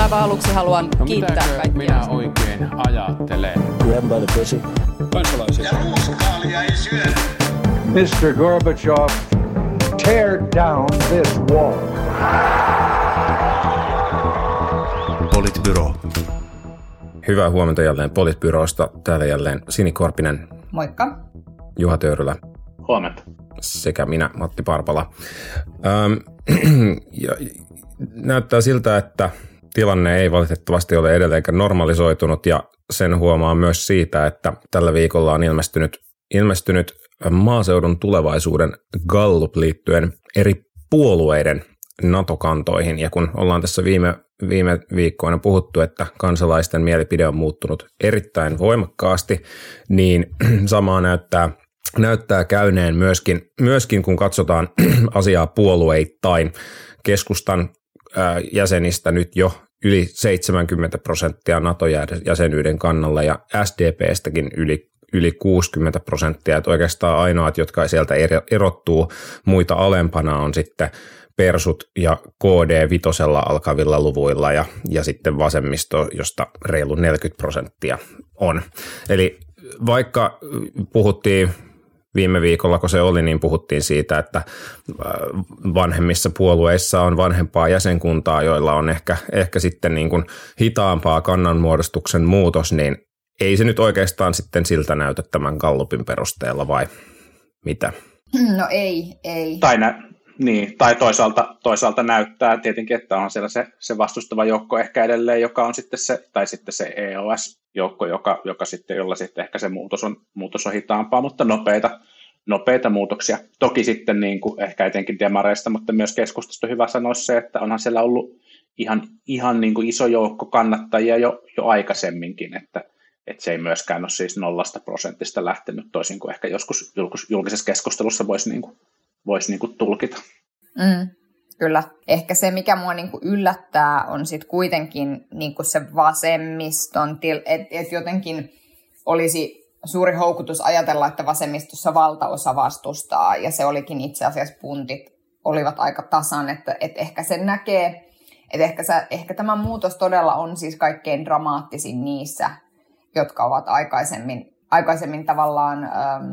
aivan aluksi haluan kiittää kaikkia. Minä oikein ajattelen? Grab by the pussy. Kansalaisia. Ja ruuskaalia ei syödä. Mr. Gorbachev, tear down this wall. Politbyro. Hyvää huomenta jälleen Politbyrosta. Täällä jälleen Sini Korpinen. Moikka. Juha Töyrylä. Huomenta. Sekä minä, Matti Parpala. Näyttää siltä, että tilanne ei valitettavasti ole edelleenkään normalisoitunut, ja sen huomaa myös siitä, että tällä viikolla on ilmestynyt maaseudun tulevaisuuden Gallup liittyen eri puolueiden NATO-kantoihin. Ja kun ollaan tässä viime viikkoina puhuttu, että kansalaisten mielipide on muuttunut erittäin voimakkaasti, niin samaa näyttää käyneen myöskin kun katsotaan asiaa puolueittain. Keskustan jäsenistä nyt jo yli 70% NATO-jäsenyyden kannalla ja SDP:stäkin yli 60%. Että oikeastaan ainoat, jotka sieltä erottuu muita alempana, on sitten persut ja KD vitosella alkavilla luvuilla ja sitten vasemmisto, josta reilu 40% on. Eli vaikka puhuttiin viime viikolla, kun se oli, niin puhuttiin siitä, että vanhemmissa puolueissa on vanhempaa jäsenkuntaa, joilla on ehkä sitten niin kuin hitaampaa kannanmuodostuksen muutos, niin ei se nyt oikeastaan sitten siltä näytä tämän Gallupin perusteella, vai mitä? No ei. Tai toisaalta näyttää tietenkin, että on siellä se vastustava joukko ehkä edelleen, joka on sitten se EOS-joukko, jolla sitten ehkä se muutos on hitaampaa, mutta nopeita muutoksia. Toki sitten niin kuin ehkä etenkin demareista, mutta myös keskustasta hyvä sanoa se, että onhan siellä ollut ihan niin kuin iso joukko kannattajia jo aikaisemminkin, että se ei myöskään ole siis 0% lähtenyt, toisin kuin ehkä joskus julkisessa keskustelussa voisi niin kuin tulkita. Kyllä. Ehkä se, mikä mua niin kuin yllättää, on sitten kuitenkin niin kuin se vasemmiston, että jotenkin olisi suuri houkutus ajatella, että vasemmistossa valtaosa vastustaa, ja se olikin itse asiassa puntit olivat aika tasan, että ehkä sen näkee, että ehkä tämä muutos todella on siis kaikkein dramaattisin niissä, jotka ovat aikaisemmin tavallaan,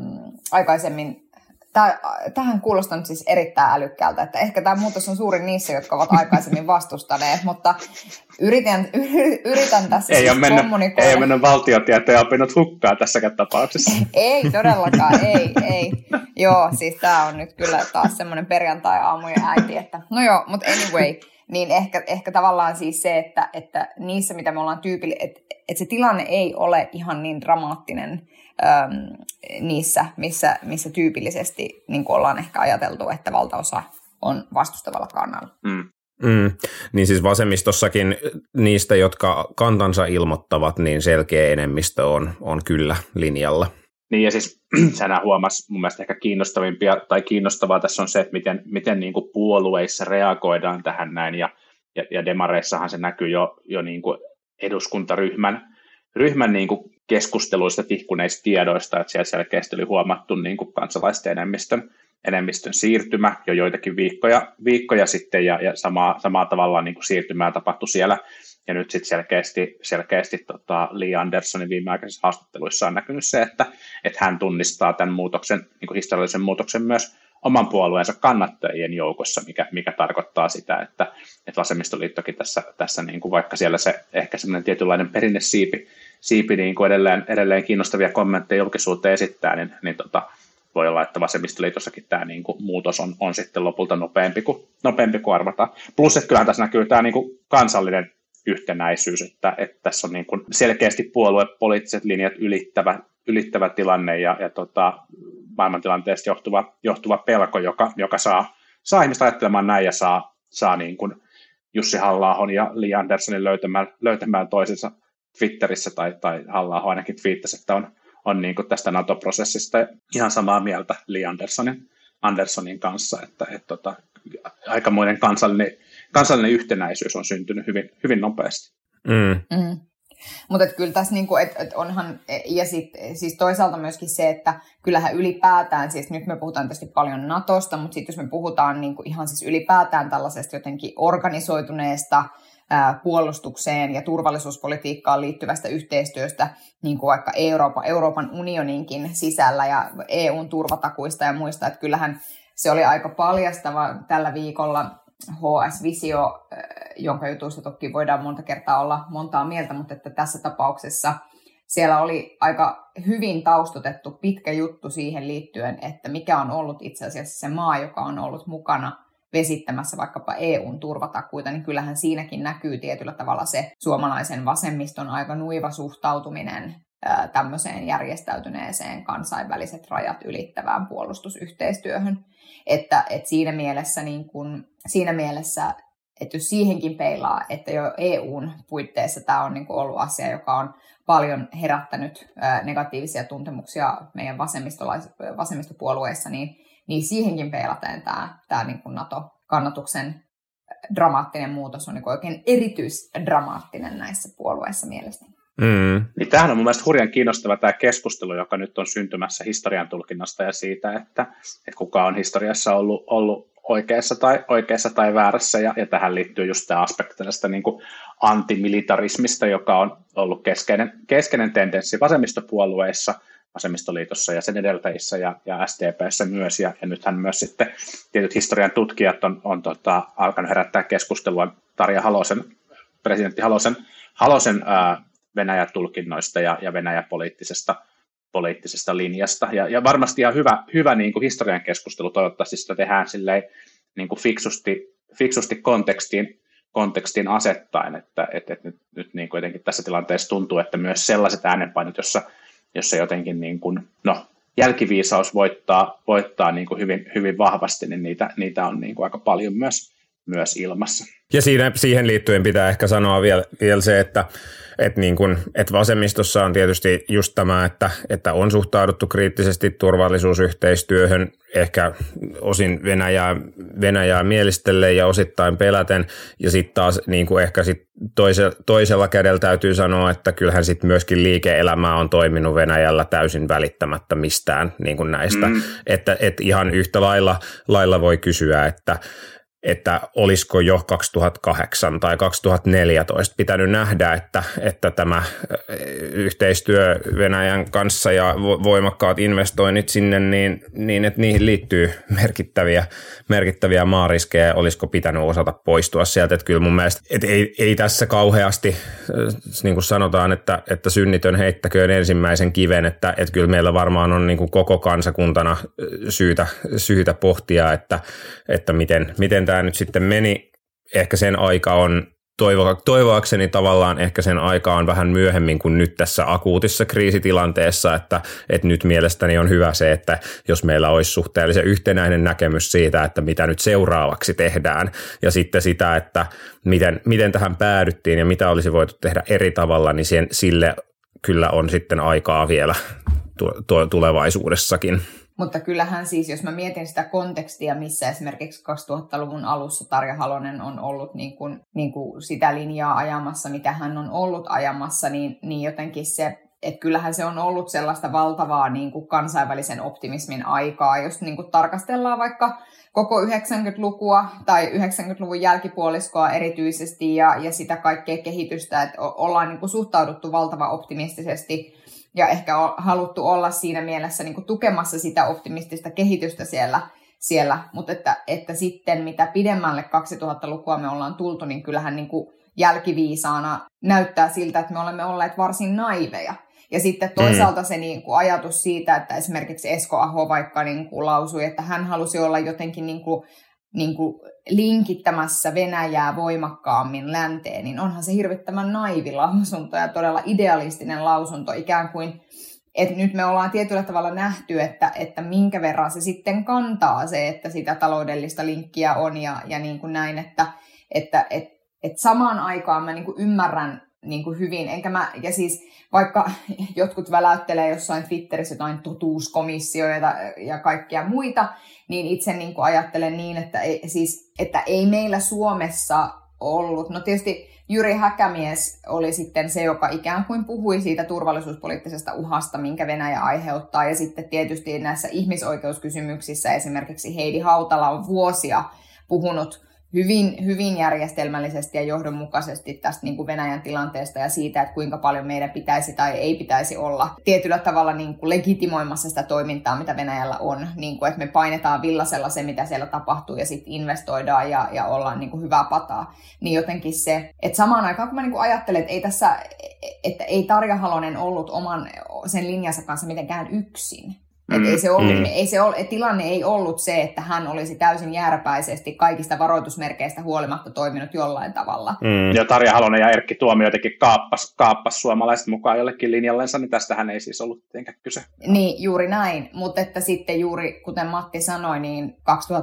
tähän kuulostaa nyt siis erittäin älykkäältä, että ehkä tämä muutos on suuri niissä, jotka ovat aikaisemmin vastustaneet, mutta yritän tässä kommunikoida. Ei ole mennyt valtiotieteen opinnot hukkaan tässäkään tapauksessa. Ei todellakaan, ei. Joo, siis tämä on nyt kyllä taas semmoinen perjantai-aamujen äiti, että no joo, mutta anyway, niin ehkä tavallaan siis se, että niissä, mitä me ollaan että se tilanne ei ole ihan niin dramaattinen niissä, missä tyypillisesti niin kuin ollaan ehkä ajateltu, että valtaosa on vastustavalla kannalla. Niin siis vasemmistossakin niistä, jotka kantansa ilmoittavat, niin selkeä enemmistö on kyllä linjalla. Niin ja siis senhän huomasi mun mielestä ehkä kiinnostavaa tässä on se, että miten niin kuin puolueissa reagoidaan tähän näin ja demareissahan se näkyy jo niin kuin eduskuntaryhmän niin kuin keskusteluista tihkuneista tiedoista, että siellä selkeästi oli huomattu niin kuin kansalaisten enemmistön siirtymä jo joitakin viikkoja sitten ja samaa tavalla niin kuin siirtymää tapahtui siellä. Ja nyt sitten selkeästi Li Anderssonin viimeaikaisissa haastatteluissa on näkynyt se, että hän tunnistaa tämän muutoksen, niin kuin historiallisen muutoksen myös oman puolueensa kannattajien joukossa, mikä tarkoittaa sitä, että vasemmistoliittokin tässä niin kuin vaikka siellä se ehkä semmoinen tietynlainen perinnesiipi niin kuin edelleen kiinnostavia kommentteja julkisuuteen esittää, niin voi olla, että vasemmistoliitossakin tämä niin kuin muutos on sitten lopulta nopeampi kuin arvataan. Plus, että kyllähän tässä näkyy tämä niin kuin kansallinen yhtenäisyys, että tässä on niin kuin selkeästi puoluepoliittiset linjat ylittävä tilanne ja maailmantilanteesta johtuva pelko, joka saa ihmistä ajattelemaan näin ja saa niin kuin Jussi Halla-ahon ja Li Anderssonin löytämään toisensa Twitterissä tai Halla-aho ainakin twiittasi, että on niin kuin tästä NATO-prosessista ihan samaa mieltä Li Anderssonin kanssa, että aikamoinen kansallinen yhtenäisyys on syntynyt hyvin, hyvin nopeasti. Mutta kyllä tässä niinku, onhan, ja siis toisaalta myöskin se, että kyllähän ylipäätään, siis nyt me puhutaan tietysti paljon NATOsta, mutta sitten jos me puhutaan niinku ihan siis ylipäätään tällaisesta jotenkin organisoituneesta puolustukseen ja turvallisuuspolitiikkaan liittyvästä yhteistyöstä, niin kuin vaikka Euroopan unioninkin sisällä ja EUn turvatakuista ja muista, että kyllähän se oli aika paljastava tällä viikolla HS Visio, jonka jutuista toki voidaan monta kertaa olla montaa mieltä, mutta että tässä tapauksessa siellä oli aika hyvin taustotettu pitkä juttu siihen liittyen, että mikä on ollut itse asiassa se maa, joka on ollut mukana vesittämässä vaikkapa EUn turvatakuita, niin kyllähän siinäkin näkyy tietyllä tavalla se suomalaisen vasemmiston aika nuiva suhtautuminen tämmöiseen järjestäytyneeseen kansainväliset rajat ylittävään puolustusyhteistyöhön. Että siinä mielessä, että jos siihenkin peilaa, että jo EUn puitteissa tämä on niin kuin ollut asia, joka on paljon herättänyt negatiivisia tuntemuksia meidän vasemmistopuolueissa, niin siihenkin peilaten tämä niin kuin NATO-kannatuksen dramaattinen muutos on niin kuin oikein erityisdramaattinen näissä puolueissa mielestäni. Niin tämähän on mun mielestä hurjan kiinnostava tämä keskustelu, joka nyt on syntymässä historian tulkinnasta ja siitä, että kuka on historiassa ollut oikeassa tai väärässä, ja tähän liittyy just tämä aspekti tällaista niin kuin antimilitarismista, joka on ollut keskeinen tendenssi vasemmistopuolueissa, vasemmistoliitossa ja sen edeltäjissä ja SDP:ssä myös, ja nythän myös sitten tietyt historian tutkijat on alkanut herättää keskustelua presidentti Halosen Venäjä-tulkinnoista ja Venäjä-poliittisesta linjasta. Ja varmasti ihan hyvä niin kuin historian keskustelu, toivottavasti sitä tehdään silleen, niin kuin fiksusti kontekstiin asettaen, että nyt niin kuin jotenkin tässä tilanteessa tuntuu, että myös sellaiset äänenpainot, jossa jotenkin niin kuin, jälkiviisaus voittaa niin kuin hyvin vahvasti, niin niitä on niin kuin aika paljon myös ilmassa. Ja siihen liittyen pitää ehkä sanoa vielä se, että vasemmistossa on tietysti just tämä, että on suhtauduttu kriittisesti turvallisuusyhteistyöhön, ehkä osin Venäjää mielistellen ja osittain peläten, ja sitten taas niin kuin ehkä toisella kädellä täytyy sanoa, että kyllähän sitten myöskin liike-elämä on toiminut Venäjällä täysin välittämättä mistään niin kuin näistä, että ihan yhtä lailla voi kysyä, että olisiko jo 2008 tai 2014 pitänyt nähdä, että tämä yhteistyö Venäjän kanssa ja voimakkaat investoinnit sinne, niin että niihin liittyy merkittäviä maariskejä, olisiko pitänyt osata poistua sieltä. Että kyllä mun mielestä että ei tässä kauheasti, niin kuin sanotaan, että synnitön heittäköön ensimmäisen kiven, että kyllä meillä varmaan on niin kuin koko kansakuntana syytä pohtia, että miten tämä nyt sitten meni. Ehkä sen aika on, toivoakseni tavallaan ehkä sen aika on vähän myöhemmin kuin nyt tässä akuutissa kriisitilanteessa, että nyt mielestäni on hyvä se, että jos meillä olisi suhteellisen yhtenäinen näkemys siitä, että mitä nyt seuraavaksi tehdään, ja sitten sitä, että miten tähän päädyttiin ja mitä olisi voitu tehdä eri tavalla, niin sille kyllä on sitten aikaa vielä tulevaisuudessakin. Mutta kyllähän siis, jos mä mietin sitä kontekstia, missä esimerkiksi 2000-luvun alussa Tarja Halonen on ollut niin kuin sitä linjaa ajamassa, mitä hän on ollut ajamassa, niin jotenkin se, että kyllähän se on ollut sellaista valtavaa niin kuin kansainvälisen optimismin aikaa, jos niin kuin tarkastellaan vaikka koko 90-lukua tai 90-luvun jälkipuoliskoa erityisesti ja sitä kaikkea kehitystä, että ollaan niin kuin suhtauduttu valtavan optimistisesti ja ehkä on haluttu olla siinä mielessä niin kuin tukemassa sitä optimistista kehitystä siellä. Mutta että sitten mitä pidemmälle 2000-lukua me ollaan tultu, niin kyllähän niin kuin jälkiviisaana näyttää siltä, että me olemme olleet varsin naiveja. Ja sitten toisaalta se niin kuin ajatus siitä, että esimerkiksi Esko Aho vaikka niin kuin lausui, että hän halusi olla jotenkin niin kuin linkittämässä Venäjää voimakkaammin länteen, niin onhan se hirvittävän naivi lausunto ja todella idealistinen lausunto, ikään kuin, että nyt me ollaan tietyllä tavalla nähty, että minkä verran se sitten kantaa se, että sitä taloudellista linkkiä on ja niin kuin näin, että samaan aikaan mä niin kuin ymmärrän niin kuin hyvin, ja siis vaikka jotkut väläyttelee jossain Twitterissä jotain totuuskomissioita ja kaikkia muita, niin itse niin kuin ajattelen niin, että ei meillä Suomessa ollut, no tietysti Jyri Häkämies oli sitten se, joka ikään kuin puhui siitä turvallisuuspoliittisesta uhasta, minkä Venäjä aiheuttaa, ja sitten tietysti näissä ihmisoikeuskysymyksissä esimerkiksi Heidi Hautala on vuosia puhunut hyvin järjestelmällisesti ja johdonmukaisesti tästä niin kuin Venäjän tilanteesta ja siitä, että kuinka paljon meidän pitäisi tai ei pitäisi olla tietyllä tavalla niin kuin legitimoimassa sitä toimintaa, mitä Venäjällä on. Niin kuin, että me painetaan villasella se, mitä siellä tapahtuu ja sitten investoidaan ja ollaan niin kuin hyvää pataa. Niin jotenkin se, että samaan aikaan kun mä niin kuin ajattelen, että ei tässä, että ei Tarja Halonen ollut oman sen linjansa kanssa mitenkään yksin. Tilanne ei ollut se, että hän olisi täysin jääräpäisesti kaikista varoitusmerkeistä huolimatta toiminut jollain tavalla. Ja Tarja Halonen ja Erkki Tuomio jotenkin kaappas suomalaiset mukaan jollekin linjallensa, niin tästähän ei siis ollut tietenkään kyse. Niin, juuri näin. Mutta että sitten juuri, kuten Matti sanoi, niin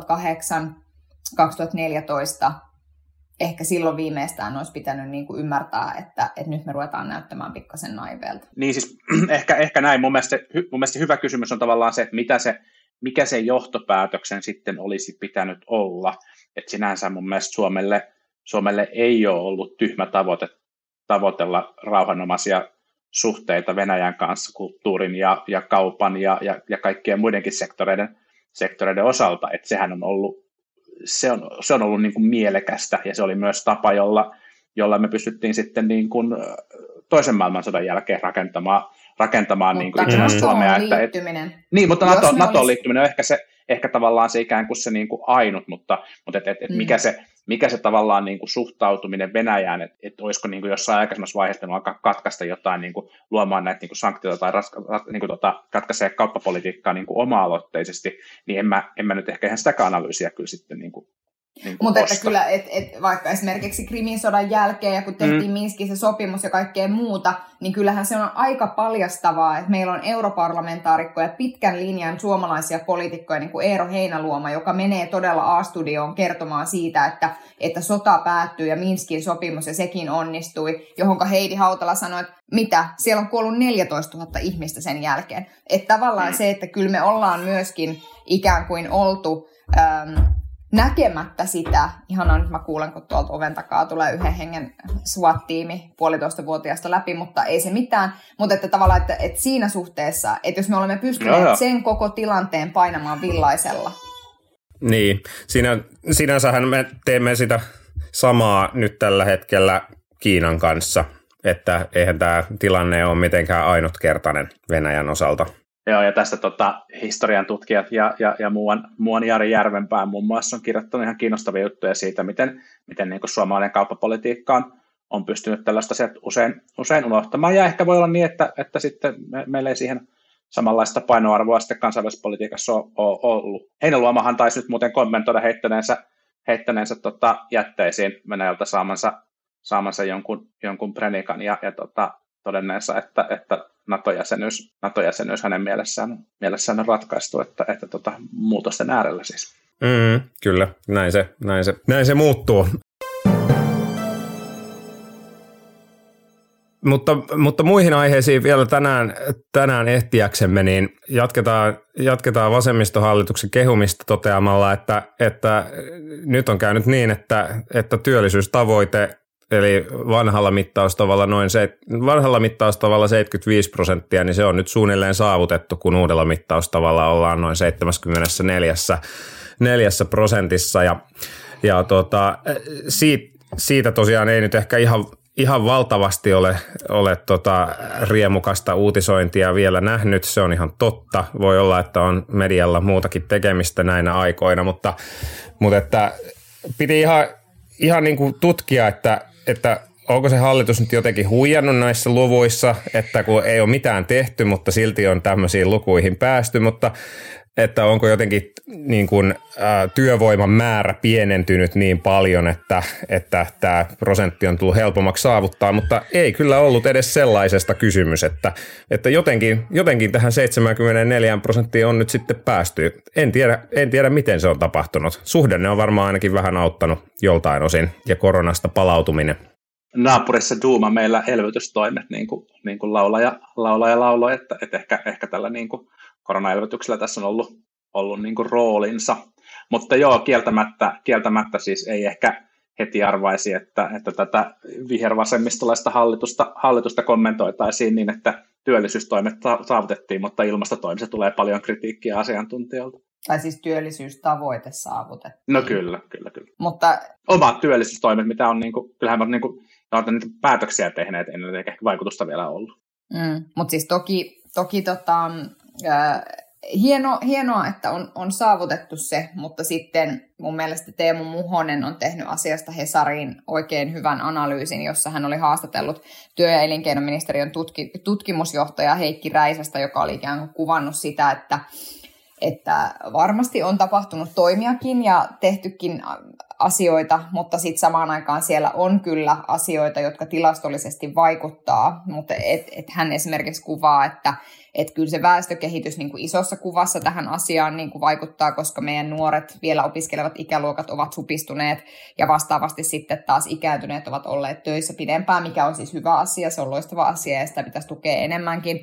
2008-2014 ehkä silloin viimeistään olisi pitänyt niin kuin ymmärtää, että nyt me ruvetaan näyttämään pikkasen naiveelta. Niin siis ehkä näin. Mun mielestä hyvä kysymys on tavallaan se, että mikä se johtopäätöksen sitten olisi pitänyt olla. Että sinänsä mun mielestä Suomelle ei ole ollut tyhmä tavoitella rauhanomaisia suhteita Venäjän kanssa kulttuurin ja kaupan ja kaikkien muidenkin sektoreiden osalta. Että sehän on ollut se on ollut niin kuin mielekästä, ja se oli myös tapa, jolla me pystyttiin sitten niin kuin toisen maailmansodan jälkeen rakentamaan niin kuin itsenäistä Suomea. Niin, mutta NATOon liittyminen on ehkä tavallaan se ikään kuin se niin kuin ainut, mutta mikä se tavallaan niin kuin suhtautuminen Venäjään, että olisiko niin kuin jossain aikaisemmassa vaiheessa alkaa katkaista jotain, niin kuin luomaan näitä niin kuin sanktioita tai niin kuin katkaisee kauppapolitiikkaa niin kuin oma-aloitteisesti, niin en mä nyt ehkä ihan sitäkään analyysiä kyllä sitten niin kuin mutta että kyllä, vaikka esimerkiksi Krimin sodan jälkeen ja kun tehtiin Minskin se sopimus ja kaikkea muuta, niin kyllähän se on aika paljastavaa, että meillä on europarlamentaarikkoja, pitkän linjan suomalaisia poliitikkoja, niin kuin Eero Heinäluoma, joka menee todella A-studioon kertomaan siitä, että sota päättyy ja Minskin sopimus ja sekin onnistui, johonka Heidi Hautala sanoi, että mitä? Siellä on kuollut 14 000 ihmistä sen jälkeen. Että tavallaan se, että kyllä me ollaan myöskin ikään kuin oltu näkemättä sitä, ihanaa nyt mä kuulen, kun tuolta oven takaa tulee yhden hengen SWAT-tiimi 1,5-vuotiaasta läpi, mutta ei se mitään. Mutta että tavallaan, että siinä suhteessa, että jos me olemme pystyneet sen koko tilanteen painamaan villaisella. Niin, sinänsähän me teemme sitä samaa nyt tällä hetkellä Kiinan kanssa, että eihän tämä tilanne ole mitenkään ainutkertainen Venäjän osalta. Joo, ja tästä historian tutkijat ja muuan Jari Järvenpää muun muassa on kirjoittanut ihan kiinnostavia juttuja siitä, miten niin kuin suomalainen kauppapolitiikka on pystynyt tällaista asiat usein unohtamaan. Ja ehkä voi olla niin, että sitten meillä ei siihen samanlaista painoarvoa sitten kansainvälisessä politiikassa ole ollut. Heinäluomahan taisi nyt muuten kommentoida heittäneensä jätteisiin Venäjältä saamansa jonkun prenikan ja todenneensa, että NATO-jäsenyys hänen mielessään on ratkaistu, että muutosten äärellä siis. Kyllä, näin se muuttuu. Mutta muihin aiheisiin vielä tänään ehtiäksemme, niin jatketaan vasemmistohallituksen kehumista toteamalla, että nyt on käynyt niin, että työllisyystavoite eli vanhalla mittaustavalla 75%, niin se on nyt suunnilleen saavutettu, kun uudella mittaustavalla ollaan noin 74%. Ja siitä tosiaan ei nyt ehkä ihan valtavasti ole riemukasta uutisointia vielä nähnyt. Se on ihan totta. Voi olla, että on medialla muutakin tekemistä näinä aikoina, mutta että piti ihan niin kuin tutkia, että onko se hallitus nyt jotenkin huijannut näissä luvuissa, että kun ei ole mitään tehty, mutta silti on tämmöisiin lukuihin päästy, mutta että onko jotenkin niin kuin, työvoiman määrä pienentynyt niin paljon, että tämä prosentti on tullut helpommaksi saavuttaa, mutta ei kyllä ollut edes sellaisesta kysymys, että jotenkin tähän 74% on nyt sitten päästy. En tiedä, miten se on tapahtunut. Suhdanne on varmaan ainakin vähän auttanut joltain osin ja koronasta palautuminen. Naapurissa Duuma meillä elvytystoimet, niin kuin laulaja lauloi, että ehkä tällä niin kuin koronaelvytyksellä tässä on ollut niin kuin roolinsa, mutta joo, kieltämättä siis ei ehkä heti arvaisi, että tätä vihervasemmistolaista hallitusta kommentoitaisiin niin, että työllisyystoimet saavutettiin, mutta ilmastotoimista tulee paljon kritiikkiä asiantuntijoilta. Tai siis työllisyystavoite saavutettu. No kyllä. Mutta omat työllisyystoimet, mitä on, niin kuin, kyllähän on, niin kuin, niitä päätöksiä tehneet, ennen eikä vaikutusta vielä ollut. Mutta siis toki hienoa, että on saavutettu se, mutta sitten mun mielestä Teemu Muhonen on tehnyt asiasta Hesariin oikein hyvän analyysin, jossa hän oli haastatellut työ- ja elinkeinoministeriön tutkimusjohtaja Heikki Räisästä, joka oli ikään kuin kuvannut sitä, että varmasti on tapahtunut toimiakin ja tehtykin asioita, mutta sitten samaan aikaan siellä on kyllä asioita, jotka tilastollisesti vaikuttaa, mutta hän esimerkiksi kuvaa, että kyllä se väestökehitys niin kuin isossa kuvassa tähän asiaan niin kuin vaikuttaa, koska meidän nuoret vielä opiskelevat ikäluokat ovat supistuneet ja vastaavasti sitten taas ikääntyneet ovat olleet töissä pidempään, mikä on siis hyvä asia, se on loistava asia ja sitä pitäisi tukea enemmänkin.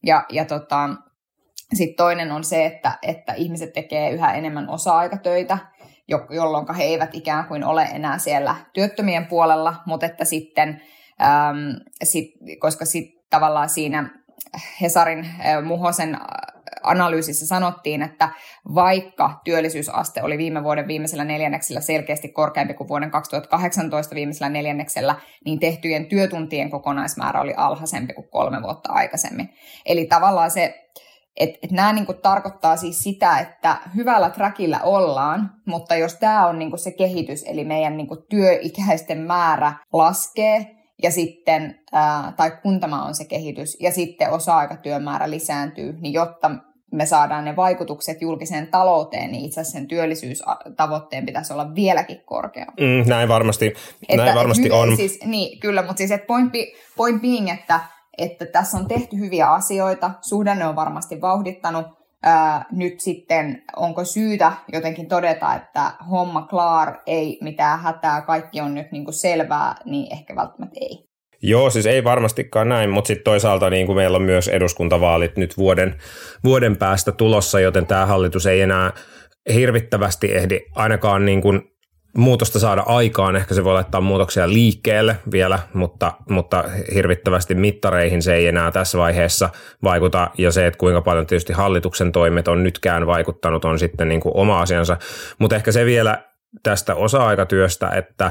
Sitten toinen on se, että ihmiset tekee yhä enemmän osa-aikatöitä, jolloin he eivät ikään kuin ole enää siellä työttömien puolella, mutta että sitten, koska sitten tavallaan siinä Hesarin Muhosen analyysissä sanottiin, että vaikka työllisyysaste oli viime vuoden viimeisellä neljänneksellä selkeästi korkeampi kuin vuoden 2018 viimeisellä neljänneksellä, niin tehtyjen työtuntien kokonaismäärä oli alhaisempi kuin 3 vuotta aikaisemmin. Eli tavallaan se, että nämä niin kuin tarkoittaa siis sitä, että hyvällä trackillä ollaan, mutta jos tämä on niin kuin se kehitys, eli meidän niin kuin työikäisten määrä laskee, ja sitten, tai kun tämä on se kehitys, ja sitten osa-aikatyömäärä lisääntyy, niin jotta me saadaan ne vaikutukset julkiseen talouteen, niin itse asiassa sen työllisyystavoitteen pitäisi olla vieläkin korkeampi. Näin varmasti on. Siis, niin, kyllä, mutta siis point being, että tässä on tehty hyviä asioita, suhdanne on varmasti vauhdittanut. Nyt sitten onko syytä jotenkin todeta, että homma klar, ei mitään hätää, kaikki on nyt niin kuin selvää, niin ehkä välttämättä ei. Joo, siis ei varmastikaan näin, mutta sitten toisaalta niin kuin meillä on myös eduskuntavaalit nyt vuoden päästä tulossa, joten tämä hallitus ei enää hirvittävästi ehdi ainakaan niin kuin muutosta saada aikaan. Ehkä se voi laittaa muutoksia liikkeelle vielä, mutta hirvittävästi mittareihin se ei enää tässä vaiheessa vaikuta. Ja se, että kuinka paljon tietysti hallituksen toimet on nytkään vaikuttanut, on sitten niin kuin oma asiansa. Mutta ehkä se vielä tästä osa-aikatyöstä, että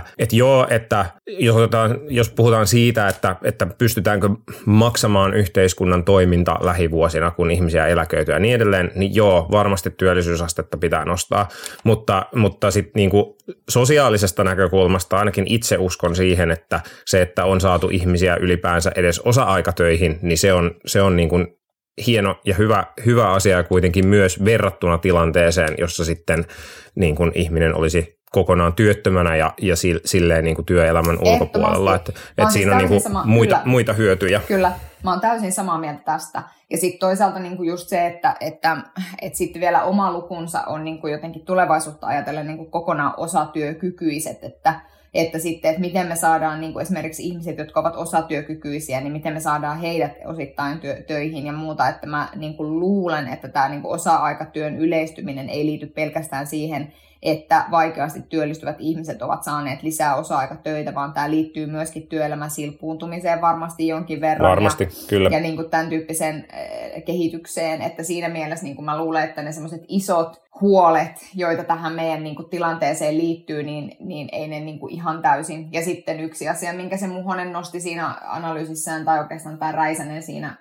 jos puhutaan siitä, että pystytäänkö maksamaan yhteiskunnan toiminta lähivuosina, kun ihmisiä eläköityy ja niin edelleen, niin joo, varmasti työllisyysastetta pitää nostaa, mutta sitten niinku sosiaalisesta näkökulmasta ainakin itse uskon siihen, että se, että on saatu ihmisiä ylipäänsä edes osa-aikatöihin, niin se on niin kuin hieno ja hyvä asia kuitenkin myös verrattuna tilanteeseen, jossa sitten niin kuin ihminen olisi kokonaan työttömänä ja silleen niin kuin työelämän ulkopuolella. Että siinä on niin kuin muita hyötyjä. Kyllä, mä oon täysin samaa mieltä tästä. Ja sitten toisaalta niin kuin just se, että sitten vielä oma lukunsa on niin kuin jotenkin tulevaisuutta ajatellen niin kuin kokonaan osatyökykyiset, että sitten, että miten me saadaan niin kuin esimerkiksi ihmiset, jotka ovat osatyökykyisiä, niin miten me saadaan heidät osittain töihin ja muuta, että mä niin kuin luulen, että tämä niin kuin osa-aikatyön yleistyminen ei liity pelkästään siihen, että vaikeasti työllistyvät ihmiset ovat saaneet lisää osa-aikatöitä, vaan tämä liittyy myöskin työelämän silppuuntumiseen varmasti jonkin verran. Varmasti, kyllä. Ja niin kuin tämän tyyppiseen kehitykseen, että siinä mielessä niin kuin mä luulen, että ne semmoiset isot huolet, joita tähän meidän niin kuin tilanteeseen liittyy, niin ei ne niin kuin ihan täysin. Ja sitten yksi asia, minkä se Muhonen nosti siinä analyysissään, tai oikeastaan tämä Räisänen siinä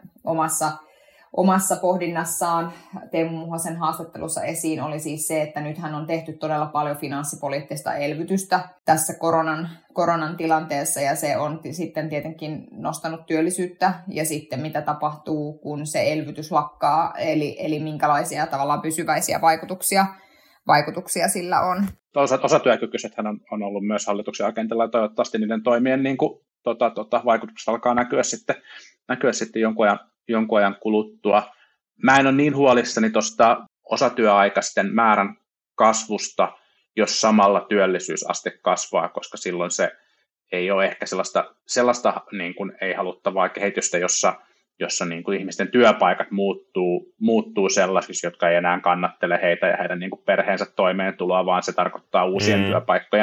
omassa pohdinnassaan Teemu Muhosen haastattelussa esiin, oli siis se, että nythän on tehty todella paljon finanssipoliittista elvytystä tässä koronan tilanteessa, ja se on sitten tietenkin nostanut työllisyyttä, ja sitten mitä tapahtuu, kun se elvytys lakkaa, eli minkälaisia tavallaan pysyväisiä vaikutuksia sillä on. Osatyökykyisethän on ollut myös hallituksen agendalla, ja toivottavasti niiden toimien niin kuin, vaikutukset alkaa näkyä sitten jonkun ajan kuluttua. Mä en ole niin huolissani tuosta osatyöaikaisten määrän kasvusta, jos samalla työllisyysaste kasvaa, koska silloin se ei ole ehkä sellaista niin kuin ei haluttavaa kehitystä, jossa niin kuin ihmisten työpaikat muuttuu sellaisiksi, jotka ei enää kannattele heitä ja heidän niin kuin perheensä toimeentuloa, vaan se tarkoittaa uusien työpaikkojen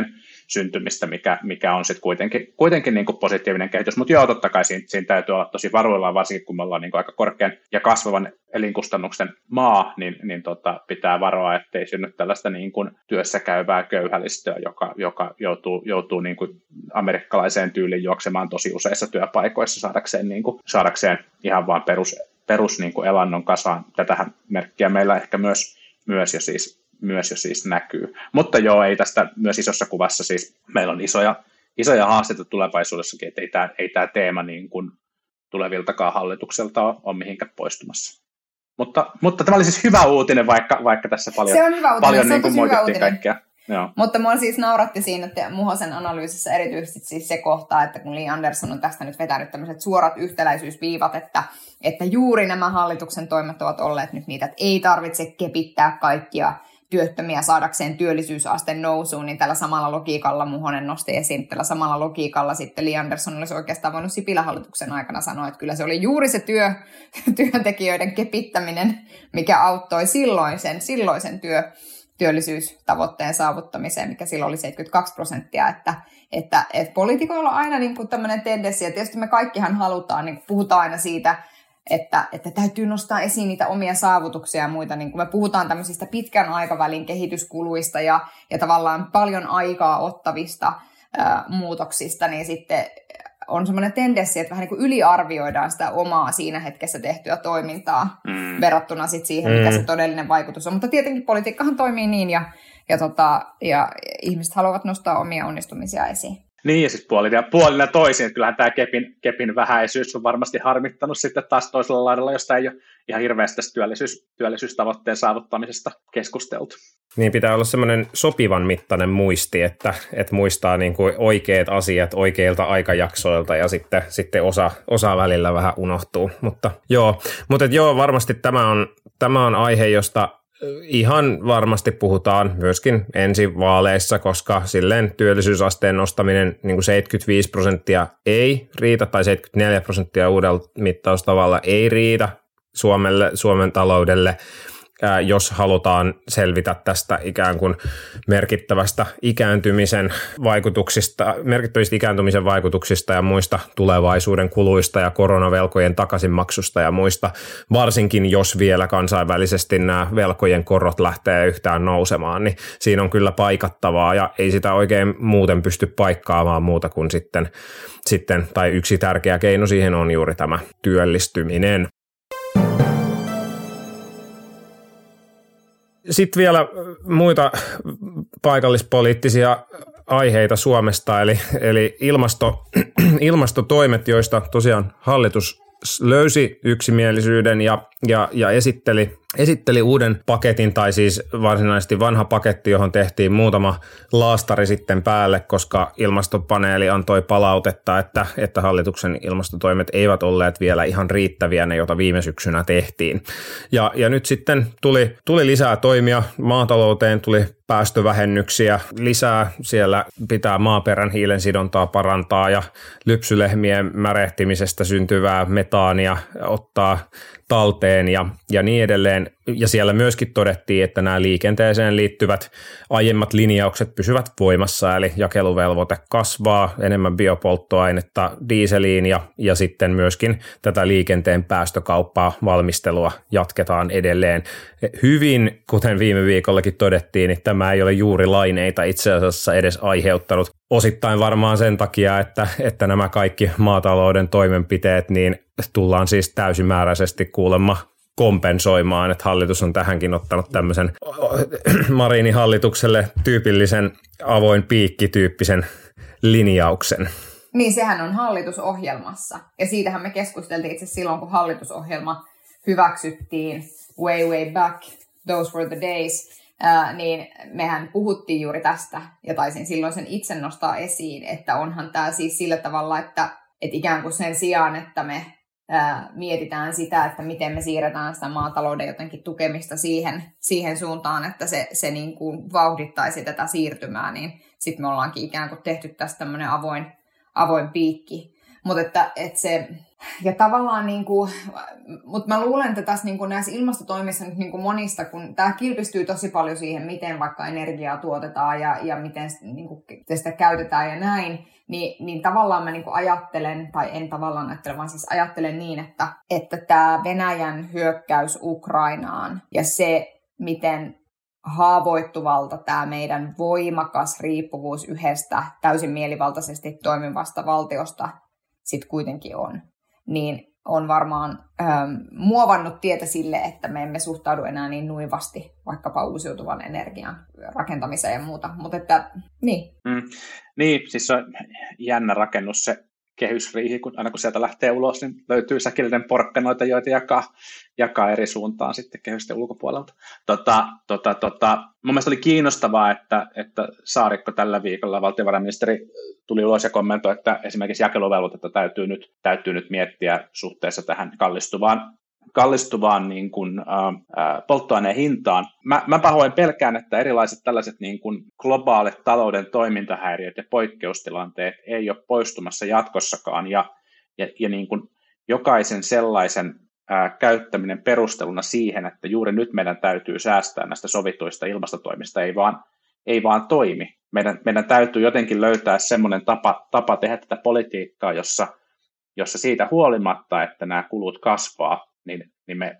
syntymistä, mikä on sitten kuitenkin niin kuin positiivinen kehitys. Mutta joo, totta kai siinä täytyy olla tosi varuillaan, varsinkin kun me ollaan niin kuin aika korkean ja kasvavan elinkustannuksen maa, niin pitää varoa, ettei synny tällaista niin kuin työssä käyvää köyhälistöä, joka joutuu niin kuin amerikkalaiseen tyyliin juoksemaan tosi useissa työpaikoissa saadakseen ihan vaan perus niin kuin elannon kasaan. Tätähän merkkiä meillä ehkä myös jo siis näkyy. Mutta joo, ei tästä myös isossa kuvassa siis meillä on isoja haasteita tulevaisuudessakin, että ei tämä teema niin kuin tuleviltakaan hallitukselta ole mihinkään poistumassa. Mutta tämä oli siis hyvä uutinen, vaikka tässä paljon niin kuin moitittiin kaikkea. Joo. Mutta mua siis nauratti siinä, että Muhosen analyysissä erityisesti siis se kohta, että kun Li Andersson on tästä nyt vetänyt tämmöiset suorat yhtäläisyysviivat, että juuri nämä hallituksen toimet ovat olleet nyt niitä, että ei tarvitse kepittää kaikkia työttömiä saadakseen työllisyysasteen nousuun, niin tällä samalla logiikalla Muhonen nosti esiin, tällä samalla logiikalla sitten Li Andersson olisi oikeastaan voinut Sipilän hallituksen aikana sanoa, että kyllä se oli juuri se työntekijöiden kepittäminen, mikä auttoi silloisen työllisyystavoitteen saavuttamiseen, mikä silloin oli 72%, että poliitikoilla on aina niin kuin tämmöinen tendenssi, ja tietysti me kaikkihan halutaan, niin puhutaan aina siitä, että täytyy nostaa esiin niitä omia saavutuksia ja muita, niin kun me puhutaan tämmöisistä pitkän aikavälin kehityskuluista ja tavallaan paljon aikaa ottavista muutoksista, niin sitten on semmoinen tendenssi, että vähän niin kuin yliarvioidaan sitä omaa siinä hetkessä tehtyä toimintaa verrattuna sit siihen, mikä se todellinen vaikutus on. Mutta tietenkin politiikkahan toimii niin ja ihmiset haluavat nostaa omia onnistumisia esiin. Niin, ja siis puolina toisin, että kyllähän tämä kepin vähäisyys on varmasti harmittanut sitten taas toisella laidalla, josta ei ole ihan hirveästi tästä työllisyystavoitteen saavuttamisesta keskusteltu. Niin pitää olla semmoinen sopivan mittainen muisti, että muistaa niin kuin oikeat asiat oikeilta aikajaksoilta ja sitten osa välillä vähän unohtuu. Mutta joo, varmasti tämä on aihe, josta ihan varmasti puhutaan myöskin ensi vaaleissa, koska silleen työllisyysasteen nostaminen niin kuin 75% ei riitä tai 74% uudella mittaustavalla ei riitä Suomen taloudelle, jos halutaan selvitä tästä ikään kuin merkittävistä ikääntymisen vaikutuksista ja muista tulevaisuuden kuluista ja koronavelkojen takaisinmaksusta ja muista, varsinkin jos vielä kansainvälisesti nämä velkojen korot lähtee yhtään nousemaan, niin siinä on kyllä paikattavaa ja ei sitä oikein muuten pysty paikkaamaan muuta kuin sitten tai yksi tärkeä keino siihen on juuri tämä työllistyminen. Sitten vielä muita paikallispoliittisia aiheita Suomesta, eli ilmastotoimet, joista tosiaan hallitus löysi yksimielisyyden ja esitteli uuden paketin, tai siis varsinaisesti vanha paketti, johon tehtiin muutama laastari sitten päälle, koska ilmastopaneeli antoi palautetta, että hallituksen ilmastotoimet eivät olleet vielä ihan riittäviä, ne joita viime syksynä tehtiin. Ja nyt sitten tuli lisää toimia, maatalouteen tuli päästövähennyksiä lisää, siellä pitää maaperän hiilensidontaa parantaa ja lypsylehmien märehtimisestä syntyvää metaania ottaa talteen ja niin edelleen. Ja siellä myöskin todettiin, että nämä liikenteeseen liittyvät aiemmat linjaukset pysyvät voimassa, eli jakeluvelvoite kasvaa, enemmän biopolttoainetta dieseliin ja sitten myöskin tätä liikenteen päästökauppaa valmistelua jatketaan edelleen. Hyvin, kuten viime viikollakin todettiin, niin tämä ei ole juuri laineita itse asiassa edes aiheuttanut. Osittain varmaan sen takia, että nämä kaikki maatalouden toimenpiteet niin tullaan siis täysimääräisesti kuulemma kompensoimaan, että hallitus on tähänkin ottanut tämmöisen Marinin hallitukselle tyypillisen avoin piikki-tyyppisen linjauksen. Niin, sehän on hallitusohjelmassa. Ja siitähän me keskusteltiin itse silloin, kun hallitusohjelma hyväksyttiin way back, those were the days, niin mehän puhuttiin juuri tästä, ja taisin silloin sen itse nostaa esiin, että onhan tämä siis sillä tavalla, että ikään kuin sen sijaan, että me mietitään sitä, että miten me siirretään sitä maatalouden jotenkin tukemista siihen suuntaan, että se niin kuin vauhdittaisi tätä siirtymää, niin sitten me ollaankin ikään kuin tehty tästä tämmöinen avoin piikki. Mutta että se Ja tavallaan, mutta mä luulen, että tässä näissä ilmastotoimissa nyt monista, kun tämä kilpistyy tosi paljon siihen, miten vaikka energiaa tuotetaan ja miten sitä käytetään ja näin, niin tavallaan mä ajattelen, tai en tavallaan ajattele, vaan siis ajattelen niin, että tämä Venäjän hyökkäys Ukrainaan ja se, miten haavoittuvalta tämä meidän voimakas riippuvuus yhdestä täysin mielivaltaisesti toimivasta valtiosta sitten kuitenkin on, niin on varmaan muovannut tietä sille, että me emme suhtaudu enää niin nuivasti vaikkapa uusiutuvan energian rakentamiseen ja muuta. Mutta että, niin. Niin, siis on jännä rakennus se kehysriihi, kun aina kun sieltä lähtee ulos, niin löytyy säkillinen porkkanoita, joita jakaa eri suuntaan sitten kehysten ulkopuolelta. Mun mielestä oli kiinnostavaa, että Saarikko tällä viikolla, valtiovarainministeri, tuli ulos ja kommentoi, että esimerkiksi jakeluvelvoitetta täytyy nyt miettiä suhteessa tähän kallistuvaan niin kuin, polttoaineen hintaan. Mä pahoin pelkään, että erilaiset tällaiset niin kuin globaalit talouden toimintahäiriöt ja poikkeustilanteet ei ole poistumassa jatkossakaan, ja niin kuin jokaisen sellaisen käyttäminen perusteluna siihen, että juuri nyt meidän täytyy säästää näistä sovituista ilmastotoimista, ei vaan toimi. Meidän täytyy jotenkin löytää semmoinen tapa tehdä tätä politiikkaa, jossa siitä huolimatta, että nämä kulut kasvaa, niin me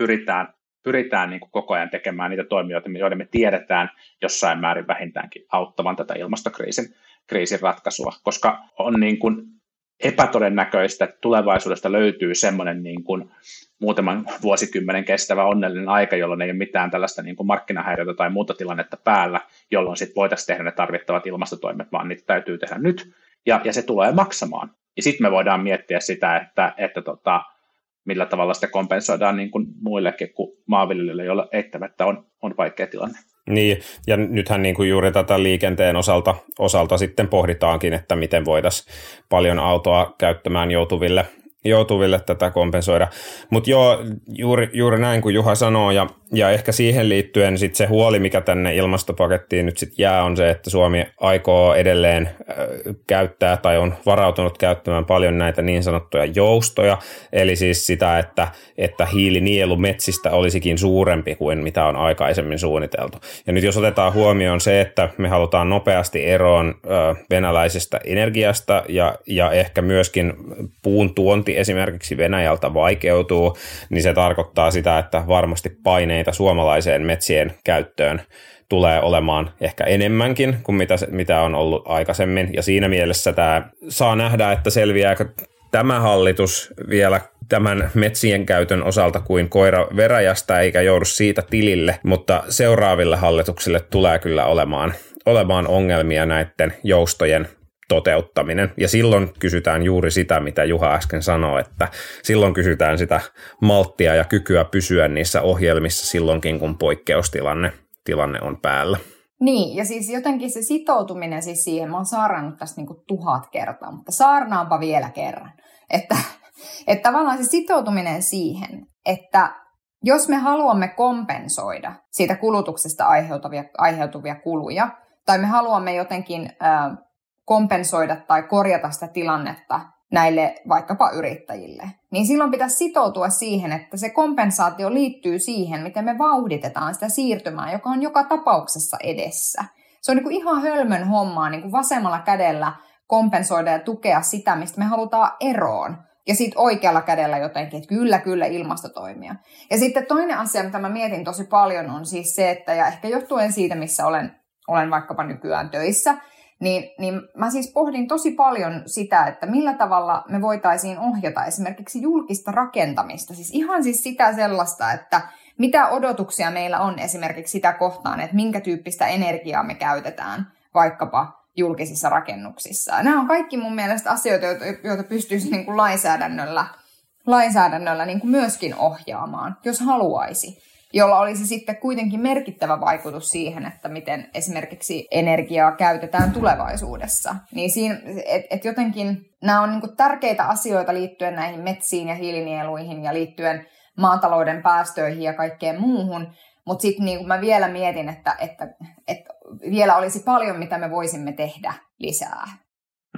pyritään niin kuin koko ajan tekemään niitä toimijoita, joiden me tiedetään jossain määrin vähintäänkin auttavan tätä ilmastokriisin ratkaisua, koska on niin kuin epätodennäköistä, että tulevaisuudesta löytyy semmoinen niin kuin muutaman vuosikymmenen kestävä onnellinen aika, jolloin ei ole mitään tällaista niin kuin markkinahäiriötä tai muuta tilannetta päällä, jolloin sitten voitaisiin tehdä ne tarvittavat ilmastotoimet, vaan niitä täytyy tehdä nyt, ja se tulee maksamaan. Ja sitten me voidaan miettiä sitä, että millä tavalla sitä kompensoidaan niin kuin muillekin kuin maanviljelijöille, joilla eittämättä on vaikea tilanne. Niin, ja nythän niin kuin juuri tätä liikenteen osalta sitten pohditaankin, että miten voitaisiin paljon autoa käyttämään joutuville tätä kompensoida. Mutta joo, juuri näin kuin Juha sanoo, ja ehkä siihen liittyen sit se huoli, mikä tänne ilmastopakettiin nyt sitten jää, on se, että Suomi aikoo edelleen käyttää tai on varautunut käyttämään paljon näitä niin sanottuja joustoja, eli siis sitä, että hiilinielu metsistä olisikin suurempi kuin mitä on aikaisemmin suunniteltu. Ja nyt jos otetaan huomioon se, että me halutaan nopeasti eroon venäläisestä energiasta ja ehkä myöskin puun tuonti esimerkiksi Venäjältä vaikeutuu, niin se tarkoittaa sitä, että varmasti paineita suomalaiseen metsien käyttöön tulee olemaan ehkä enemmänkin kuin mitä on ollut aikaisemmin. Ja siinä mielessä tämä saa nähdä, että selviääkö tämä hallitus vielä tämän metsien käytön osalta kuin koira veräjästä eikä joudu siitä tilille, mutta seuraaville hallituksille tulee kyllä olemaan ongelmia näiden joustojen toteuttaminen. Ja silloin kysytään juuri sitä, mitä Juha äsken sanoi, että silloin kysytään sitä malttia ja kykyä pysyä niissä ohjelmissa silloinkin, kun poikkeustilanne on päällä. Niin, ja siis jotenkin se sitoutuminen siis siihen, mä oon saarnannut tästä niin kuin 1000 kertaa, mutta saarnaanpa vielä kerran. Että tavallaan se sitoutuminen siihen, että jos me haluamme kompensoida siitä kulutuksesta aiheutuvia kuluja, tai me haluamme jotenkin kompensoida tai korjata sitä tilannetta näille vaikkapa yrittäjille, niin silloin pitäisi sitoutua siihen, että se kompensaatio liittyy siihen, miten me vauhditetaan sitä siirtymää, joka on joka tapauksessa edessä. Se on niin kuin ihan hölmön hommaa niin kuin vasemmalla kädellä kompensoida ja tukea sitä, mistä me halutaan eroon. Ja sitten oikealla kädellä jotenkin, että kyllä ilmastotoimia. Ja sitten toinen asia, mitä mä mietin tosi paljon, on siis se, että ja ehkä johtuen siitä, missä olen vaikkapa nykyään töissä, niin mä siis pohdin tosi paljon sitä, että millä tavalla me voitaisiin ohjata esimerkiksi julkista rakentamista. Siis ihan siis sitä sellaista, että mitä odotuksia meillä on esimerkiksi sitä kohtaan, että minkä tyyppistä energiaa me käytetään vaikkapa julkisissa rakennuksissa. Nämä on kaikki mun mielestä asioita, joita pystyisi niin kuin lainsäädännöllä niin kuin myöskin ohjaamaan, jos haluaisi, jolla olisi sitten kuitenkin merkittävä vaikutus siihen, että miten esimerkiksi energiaa käytetään tulevaisuudessa. Niin siinä, että jotenkin nämä on niin kuin tärkeitä asioita liittyen näihin metsiin ja hiilinieluihin ja liittyen maatalouden päästöihin ja kaikkeen muuhun, mutta sitten niin mä vielä mietin, että vielä olisi paljon, mitä me voisimme tehdä lisää.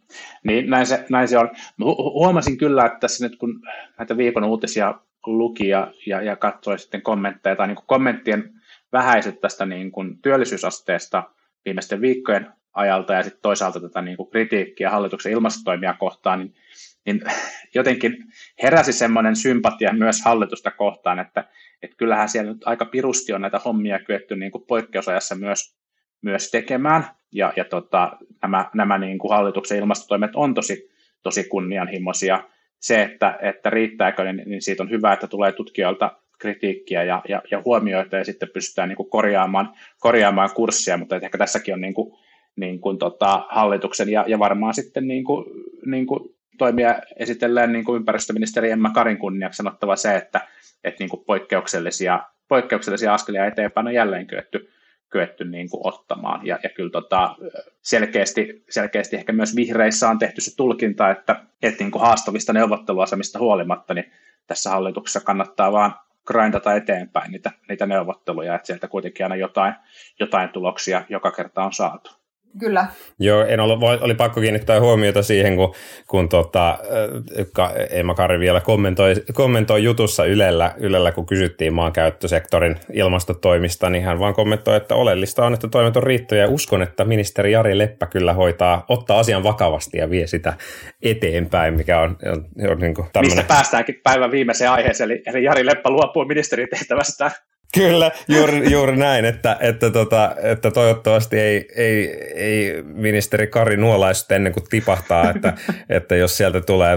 Niin, näin se on. Huomasin kyllä, että tässä nyt kun näitä viikon uutisia luki ja katsoi sitten kommentteja tai niin kuin kommenttien vähäiset tästä niin kuin työllisyysasteesta viimeisten viikkojen ajalta ja sitten toisaalta tätä niin kuin kritiikkiä hallituksen ilmastotoimia kohtaan, niin jotenkin heräsi semmoinen sympatia myös hallitusta kohtaan, että kyllähän siellä nyt aika pirusti on näitä hommia kyetty niin kuin poikkeusajassa myös tekemään, ja nämä niin kuin hallituksen ilmastotoimet on tosi kunnianhimoisia. Se, että riittääkö, niin siitä on hyvä, että tulee tutkijoilta kritiikkiä ja huomioita, ja sitten pystytään niin kuin korjaamaan kurssia, mutta ehkä tässäkin on niin kuin hallituksen ja varmaan sitten niin kuin toimia esitellään niin kuin ympäristöministeri Emma Karin kunniaksi sanottava se, että niin kuin poikkeuksellisia askelia eteenpäin on jälleen kyetty niin kuin ottamaan. Ja kyllä selkeästi ehkä myös vihreissä on tehty se tulkinta, että niin kuin haastavista neuvotteluasemista huolimatta, niin tässä hallituksessa kannattaa vaan grindata eteenpäin niitä neuvotteluja, että sieltä kuitenkin aina jotain tuloksia joka kerta on saatu. Kyllä. Joo, oli pakko kiinnittää huomiota siihen, kun Emma Kari vielä kommentoi jutussa Ylellä, kun kysyttiin maankäyttösektorin ilmastotoimista, niin hän vaan kommentoi, että oleellista on, että toimet on riittäviä, ja uskon, että ministeri Jari Leppä kyllä ottaa asian vakavasti ja vie sitä eteenpäin, mikä on niin kuin tämmöinen. Mistä päästäänkin päivän viimeiseen aiheeseen, eli Jari Leppä luopuu ministerin tehtävästään. Kyllä, juuri näin, että toivottavasti ei ministeri Kari nuolaista ennen kuin tipahtaa, että jos sieltä tulee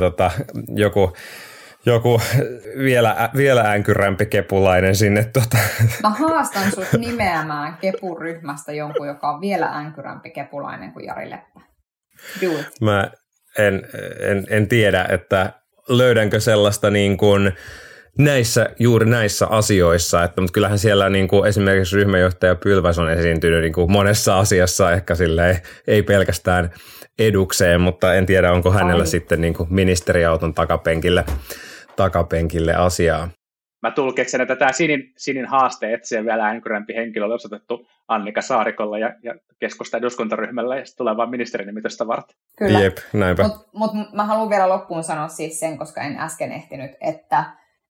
joku vielä änkyrämpi kepulainen sinne. Mä haastan sut nimeämään kepuryhmästä jonkun, joka on vielä änkyrämpi kepulainen kuin Jari Leppä. Do it. Mä en tiedä, että löydänkö sellaista niin kuin juuri näissä asioissa, mutta kyllähän siellä niin kuin esimerkiksi ryhmänjohtaja Pylväs on esiintynyt niin kuin monessa asiassa, ehkä silleen ei pelkästään edukseen, mutta en tiedä, onko hänellä sitten niin kuin ministeriauton takapenkille asiaa. Mä tulkitsen, että tämä Sinin haaste etsiä vielä änkyrämpi henkilö oli osoitettu Annika Saarikolla ja keskustan eduskuntaryhmällä ja sitten tulee vaan ministerinimitystä varten. Kyllä, jep, näinpä. Mutta mä haluan vielä loppuun sanoa siis sen, koska en äsken ehtinyt, että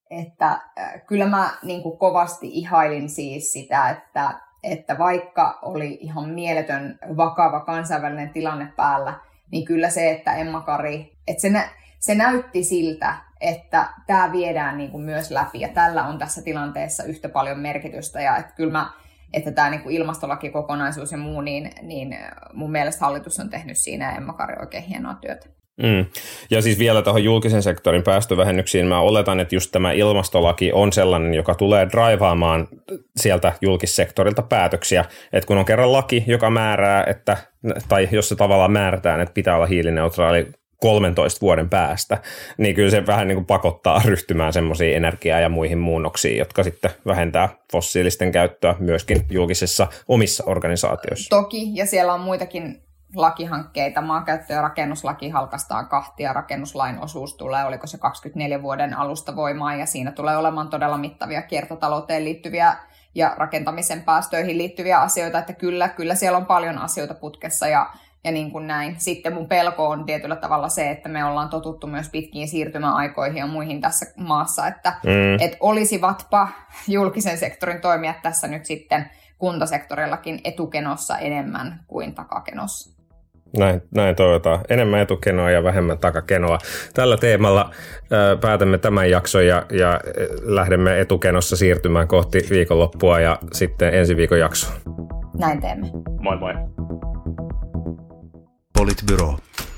kyllä mä niin kuin kovasti ihailin siis sitä, että vaikka oli ihan mieletön vakava kansainvälinen tilanne päällä, niin kyllä se, että Emma Kari, että se näytti siltä, että tämä viedään niin kuin myös läpi ja tällä on tässä tilanteessa yhtä paljon merkitystä ja että kyllä että tämä niin kuin ilmastolakikokonaisuus ja muu, niin mun mielestä hallitus on tehnyt siinä ja Emma Kari oikein hienoa työtä. Ja siis vielä tuohon julkisen sektorin päästövähennyksiin mä oletan, että just tämä ilmastolaki on sellainen, joka tulee draivaamaan sieltä julkissektorilta päätöksiä, että kun on kerran laki, joka määrää, tai jos se tavallaan määrätään, että pitää olla hiilineutraali 13 vuoden päästä, niin kyllä se vähän niin kuin pakottaa ryhtymään semmoisiin energiaa ja muihin muunnoksiin, jotka sitten vähentää fossiilisten käyttöä myöskin julkisissa omissa organisaatioissa. Toki, ja siellä on muitakin lakihankkeita. Maankäyttö- ja rakennuslaki halkaistaan kahtia. Rakennuslain osuus tulee, oliko se 24 vuoden alusta voimaan, ja siinä tulee olemaan todella mittavia kiertotalouteen liittyviä ja rakentamisen päästöihin liittyviä asioita, että kyllä siellä on paljon asioita putkessa ja niin kuin näin. Sitten mun pelko on tietyllä tavalla se, että me ollaan totuttu myös pitkiin siirtymäaikoihin ja muihin tässä maassa, että olisivatpa julkisen sektorin toimijat tässä nyt sitten kuntasektorillakin etukenossa enemmän kuin takakenossa. Näin toivotaan. Enemmän etukenoa ja vähemmän takakenoa. Tällä teemalla päätämme tämän jakson ja lähdemme etukenossa siirtymään kohti viikonloppua ja sitten ensi viikon jaksoon. Näin teemme. Moi moi. Politbyro.